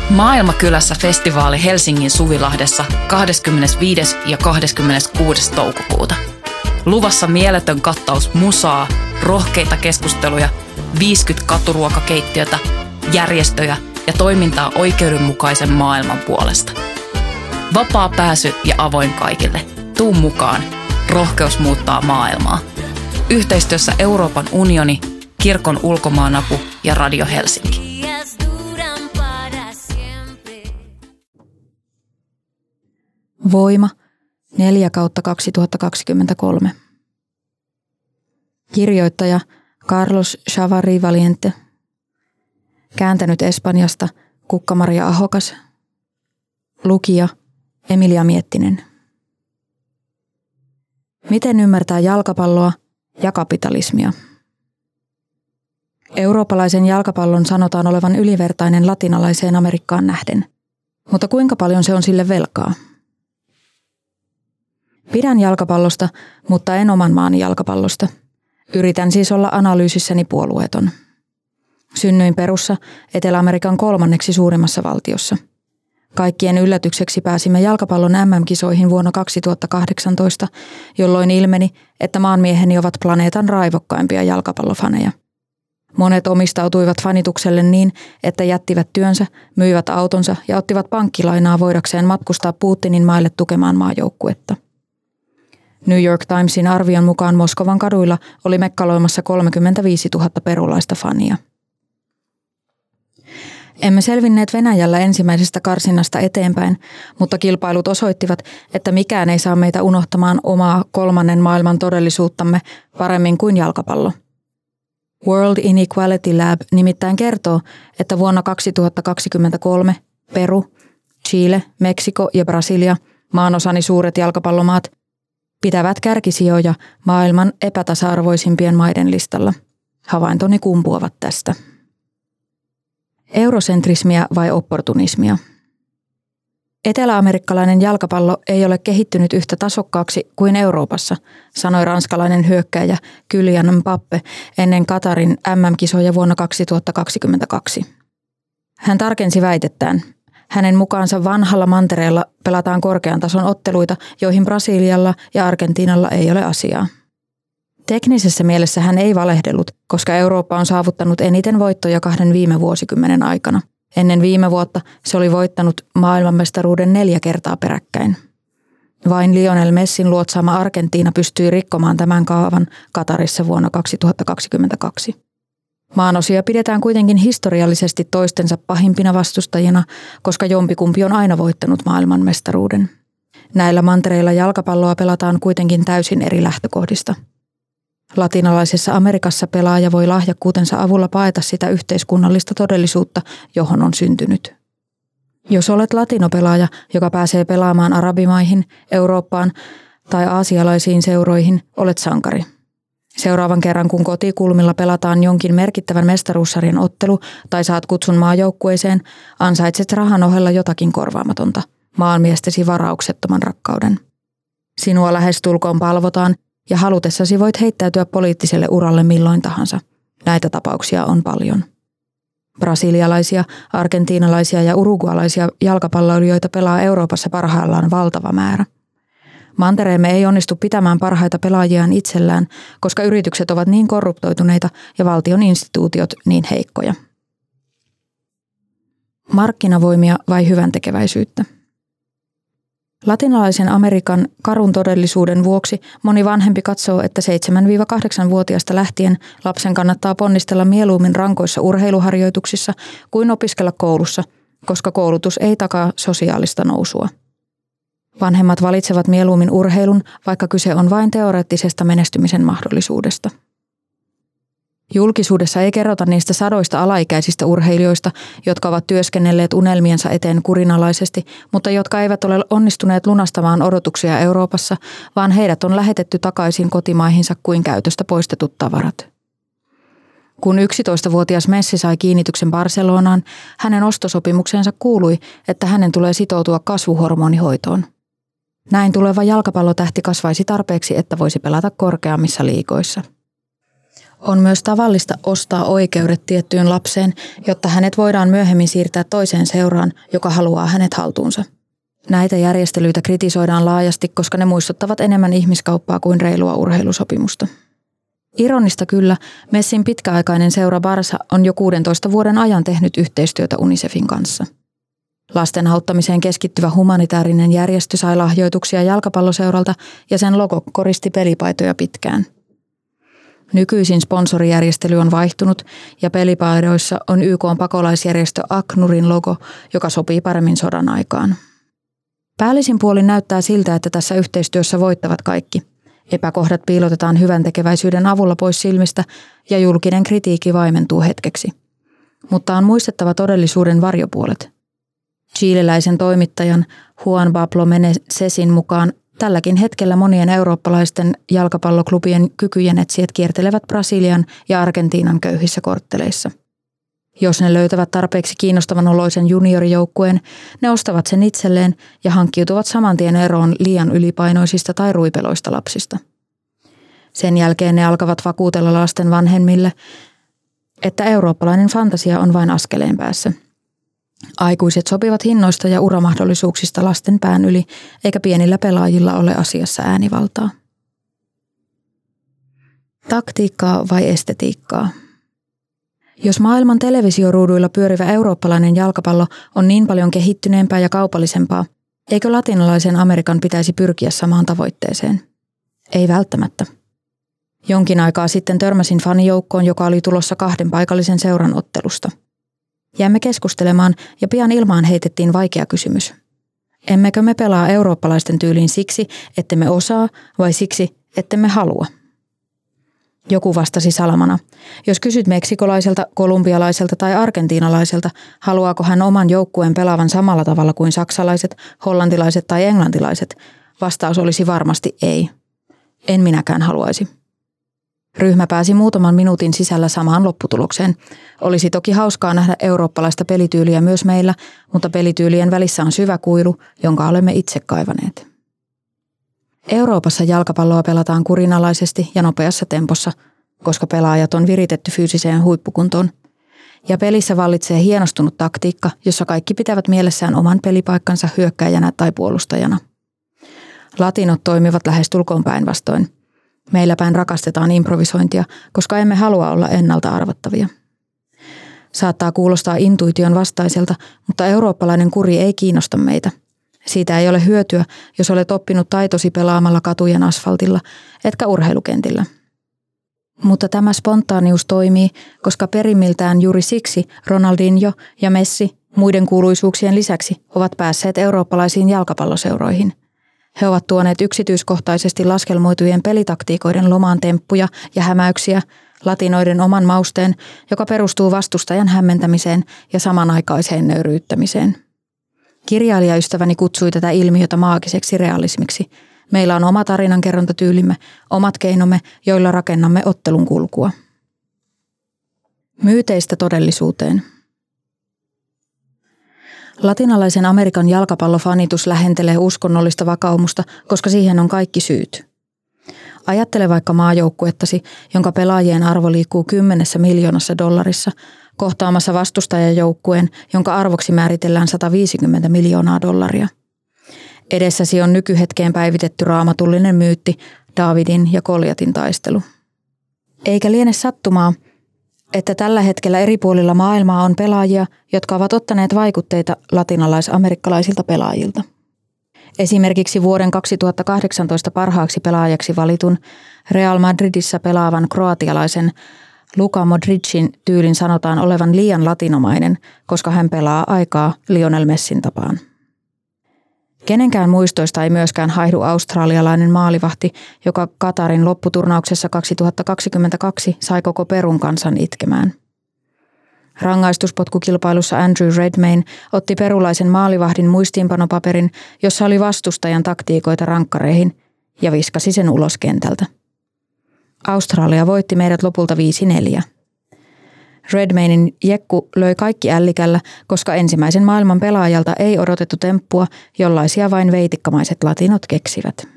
Maailmakylässä festivaali Helsingin Suvilahdessa 25. ja 26. toukokuuta. Luvassa mieletön kattaus musaa, rohkeita keskusteluja, 50 katuruokakeittiötä, järjestöjä ja toimintaa oikeudenmukaisen maailman puolesta. Vapaa pääsy ja avoin kaikille. Tuu mukaan. Rohkeus muuttaa maailmaa. Yhteistyössä Euroopan unioni, Kirkon ulkomaanapu ja Radio Helsinki. Voima 4/2023. Kirjoittaja Carlos Chavarri Valiente. Kääntänyt Espanjasta Kukka-Maria Ahokas. Lukija Emilia Miettinen. Miten ymmärtää jalkapalloa ja kapitalismia? Eurooppalaisen jalkapallon sanotaan olevan ylivertainen latinalaiseen Amerikkaan nähden. Mutta kuinka paljon se on sille velkaa? Pidän jalkapallosta, mutta en oman maani jalkapallosta. Yritän siis olla analyysissäni puolueeton. Synnyin Perussa, Etelä-Amerikan 3. suurimmassa valtiossa. Kaikkien yllätykseksi pääsimme jalkapallon MM-kisoihin vuonna 2018, jolloin ilmeni, että maanmieheni ovat planeetan raivokkaimpia jalkapallofaneja. Monet omistautuivat fanitukselle niin, että jättivät työnsä, myivät autonsa ja ottivat pankkilainaa voidakseen matkustaa Putinin maille tukemaan maajoukkuetta. New York Timesin arvion mukaan Moskovan kaduilla oli mekkaloimassa 35 000 perulaista fania. Emme selvinneet Venäjällä ensimmäisestä karsinnasta eteenpäin, mutta kilpailut osoittivat, että mikään ei saa meitä unohtamaan omaa kolmannen maailman todellisuuttamme paremmin kuin jalkapallo. World Inequality Lab nimittäin kertoo, että vuonna 2023 Peru, Chile, Meksiko ja Brasilia, maanosani suuret jalkapallomaat, pitävät kärkisijoja maailman epätasa-arvoisimpien maiden listalla. Havaintoni kumpuavat tästä. Eurosentrismia vai opportunismia? Etelä-amerikkalainen jalkapallo ei ole kehittynyt yhtä tasokkaaksi kuin Euroopassa, sanoi ranskalainen hyökkääjä Kylian Mbappé ennen Katarin MM-kisoja vuonna 2022. Hän tarkensi väitettään. Hänen mukaansa vanhalla mantereella pelataan korkean tason otteluita, joihin Brasilialla ja Argentiinalla ei ole asiaa. Teknisessä mielessä hän ei valehdellut, koska Eurooppa on saavuttanut eniten voittoja 2 viime vuosikymmenen aikana. Ennen viime vuotta se oli voittanut maailmanmestaruuden 4 kertaa peräkkäin. Vain Lionel Messin luotsaama Argentiina pystyi rikkomaan tämän kaavan Katarissa vuonna 2022. Maanosia pidetään kuitenkin historiallisesti toistensa pahimpina vastustajina, koska jompikumpi on aina voittanut maailmanmestaruuden. Näillä mantereilla jalkapalloa pelataan kuitenkin täysin eri lähtökohdista. Latinalaisessa Amerikassa pelaaja voi lahjakkuutensa avulla paeta sitä yhteiskunnallista todellisuutta, johon on syntynyt. Jos olet latinopelaaja, joka pääsee pelaamaan arabimaihin, Eurooppaan tai aasialaisiin seuroihin, olet sankari. Seuraavan kerran, kun kotikulmilla pelataan jonkin merkittävän mestaruussarjan ottelu tai saat kutsun maajoukkueeseen, ansaitset rahan ohella jotakin korvaamatonta, maanmiestesi varauksettoman rakkauden. Sinua lähestulkoon palvotaan ja halutessasi voit heittäytyä poliittiselle uralle milloin tahansa. Näitä tapauksia on paljon. Brasilialaisia, argentiinalaisia ja urugualaisia jalkapalloilijoita pelaa Euroopassa parhaillaan valtava määrä. Mantereemme ei onnistu pitämään parhaita pelaajiaan itsellään, koska yritykset ovat niin korruptoituneita ja valtion instituutiot niin heikkoja. Markkinavoimia vai hyväntekeväisyyttä? Latinalaisen Amerikan karun todellisuuden vuoksi moni vanhempi katsoo, että 7-8-vuotiaasta lähtien lapsen kannattaa ponnistella mieluummin rankoissa urheiluharjoituksissa kuin opiskella koulussa, koska koulutus ei takaa sosiaalista nousua. Vanhemmat valitsevat mieluummin urheilun, vaikka kyse on vain teoreettisesta menestymisen mahdollisuudesta. Julkisuudessa ei kerrota niistä sadoista alaikäisistä urheilijoista, jotka ovat työskennelleet unelmiensa eteen kurinalaisesti, mutta jotka eivät ole onnistuneet lunastamaan odotuksia Euroopassa, vaan heidät on lähetetty takaisin kotimaihinsa kuin käytöstä poistetut tavarat. Kun 11-vuotias Messi sai kiinnityksen Barcelonaan, hänen ostosopimuksensa kuului, että hänen tulee sitoutua kasvuhormonihoitoon. Näin tuleva jalkapallotähti kasvaisi tarpeeksi, että voisi pelata korkeammissa liigoissa. On myös tavallista ostaa oikeudet tiettyyn lapseen, jotta hänet voidaan myöhemmin siirtää toiseen seuraan, joka haluaa hänet haltuunsa. Näitä järjestelyitä kritisoidaan laajasti, koska ne muistuttavat enemmän ihmiskauppaa kuin reilua urheilusopimusta. Ironista kyllä, Messin pitkäaikainen seura Barça on jo 16 vuoden ajan tehnyt yhteistyötä UNICEFin kanssa. Lasten auttamiseen keskittyvä humanitaarinen järjestö sai lahjoituksia jalkapalloseuralta ja sen logo koristi pelipaitoja pitkään. Nykyisin sponsorijärjestely on vaihtunut ja pelipaidoissa on YK:n pakolaisjärjestö ACNURin logo, joka sopii paremmin sodan aikaan. Päällisin puolin näyttää siltä, että tässä yhteistyössä voittavat kaikki. Epäkohdat piilotetaan hyväntekeväisyyden avulla pois silmistä ja julkinen kritiikki vaimentuu hetkeksi. Mutta on muistettava todellisuuden varjopuolet. Chileläisen toimittajan Juan Pablo Menesesin mukaan tälläkin hetkellä monien eurooppalaisten jalkapalloklubien kykyjen etsijät kiertelevät Brasilian ja Argentiinan köyhissä kortteleissa. Jos ne löytävät tarpeeksi kiinnostavan oloisen juniorijoukkueen, ne ostavat sen itselleen ja hankkiutuvat saman tien eroon liian ylipainoisista tai ruipeloista lapsista. Sen jälkeen ne alkavat vakuutella lasten vanhemmille, että eurooppalainen fantasia on vain askeleen päässä. Aikuiset sopivat hinnoista ja uramahdollisuuksista lasten pään yli, eikä pienillä pelaajilla ole asiassa äänivaltaa. Taktiikkaa vai estetiikkaa? Jos maailman televisioruuduilla pyörivä eurooppalainen jalkapallo on niin paljon kehittyneempää ja kaupallisempaa, eikö latinalaisen Amerikan pitäisi pyrkiä samaan tavoitteeseen? Ei välttämättä. Jonkin aikaa sitten törmäsin fanijoukkoon, joka oli tulossa 2 paikallisen seuran ottelusta. Jäimme keskustelemaan ja pian ilmaan heitettiin vaikea kysymys. Emmekö me pelaa eurooppalaisten tyyliin siksi, ettemme osaa vai siksi, ettemme halua? Joku vastasi salamana. Jos kysyt meksikolaiselta, kolumbialaiselta tai argentiinalaiselta, haluaako hän oman joukkueen pelaavan samalla tavalla kuin saksalaiset, hollantilaiset tai englantilaiset, vastaus olisi varmasti ei. En minäkään haluaisi. Ryhmä pääsi muutaman minuutin sisällä samaan lopputulokseen. Olisi toki hauskaa nähdä eurooppalaista pelityyliä myös meillä, mutta pelityylien välissä on syvä kuilu, jonka olemme itse kaivaneet. Euroopassa jalkapalloa pelataan kurinalaisesti ja nopeassa tempossa, koska pelaajat on viritetty fyysiseen huippukuntoon. Ja pelissä vallitsee hienostunut taktiikka, jossa kaikki pitävät mielessään oman pelipaikkansa hyökkääjänä tai puolustajana. Latinot toimivat lähestulkoon päinvastoin. Meillä päin rakastetaan improvisointia, koska emme halua olla ennalta arvattavia. Saattaa kuulostaa intuition vastaiselta, mutta eurooppalainen kuri ei kiinnosta meitä. Siitä ei ole hyötyä, jos olet oppinut taitosi pelaamalla katujen asfaltilla, etkä urheilukentillä. Mutta tämä spontaanius toimii, koska perimmiltään juuri siksi Ronaldinho ja Messi muiden kuuluisuuksien lisäksi ovat päässeet eurooppalaisiin jalkapalloseuroihin. He ovat tuoneet yksityiskohtaisesti laskelmoitujen pelitaktiikoiden lomaan temppuja ja hämäyksiä, latinoiden oman mausteen, joka perustuu vastustajan hämmentämiseen ja samanaikaiseen nöyryyttämiseen. Kirjailijaystäväni kutsui tätä ilmiötä maagiseksi realismiksi. Meillä on oma tarinankerrontatyylimme, omat keinomme, joilla rakennamme ottelun kulkua. Myyteistä todellisuuteen. Latinalaisen Amerikan jalkapallofanitus lähentelee uskonnollista vakaumusta, koska siihen on kaikki syyt. Ajattele vaikka maajoukkuettasi, jonka pelaajien arvo liikkuu 10 miljoonassa dollarissa, kohtaamassa vastustajajoukkueen, jonka arvoksi määritellään 150 miljoonaa dollaria. Edessäsi on nykyhetkeen päivitetty raamatullinen myytti, Daavidin ja Goljatin taistelu. Eikä liene sattumaa, että tällä hetkellä eri puolilla maailmaa on pelaajia, jotka ovat ottaneet vaikutteita latinalais-amerikkalaisilta pelaajilta. Esimerkiksi vuoden 2018 parhaaksi pelaajaksi valitun Real Madridissa pelaavan kroatialaisen Luka Modricin tyylin sanotaan olevan liian latinomainen, koska hän pelaa aikaa Lionel Messin tapaan. Kenenkään muistoista ei myöskään haihdu australialainen maalivahti, joka Katarin lopputurnauksessa 2022 sai koko Perun kansan itkemään. Rangaistuspotkukilpailussa Andrew Redmayne otti perulaisen maalivahdin muistiinpanopaperin, jossa oli vastustajan taktiikoita rankkareihin, ja viskasi sen ulos kentältä. Australia voitti meidät lopulta 5-4. Redmaynen jekku löi kaikki ällikällä, koska ensimmäisen maailman pelaajalta ei odotettu temppua, jollaisia vain veitikkamaiset latinot keksivät.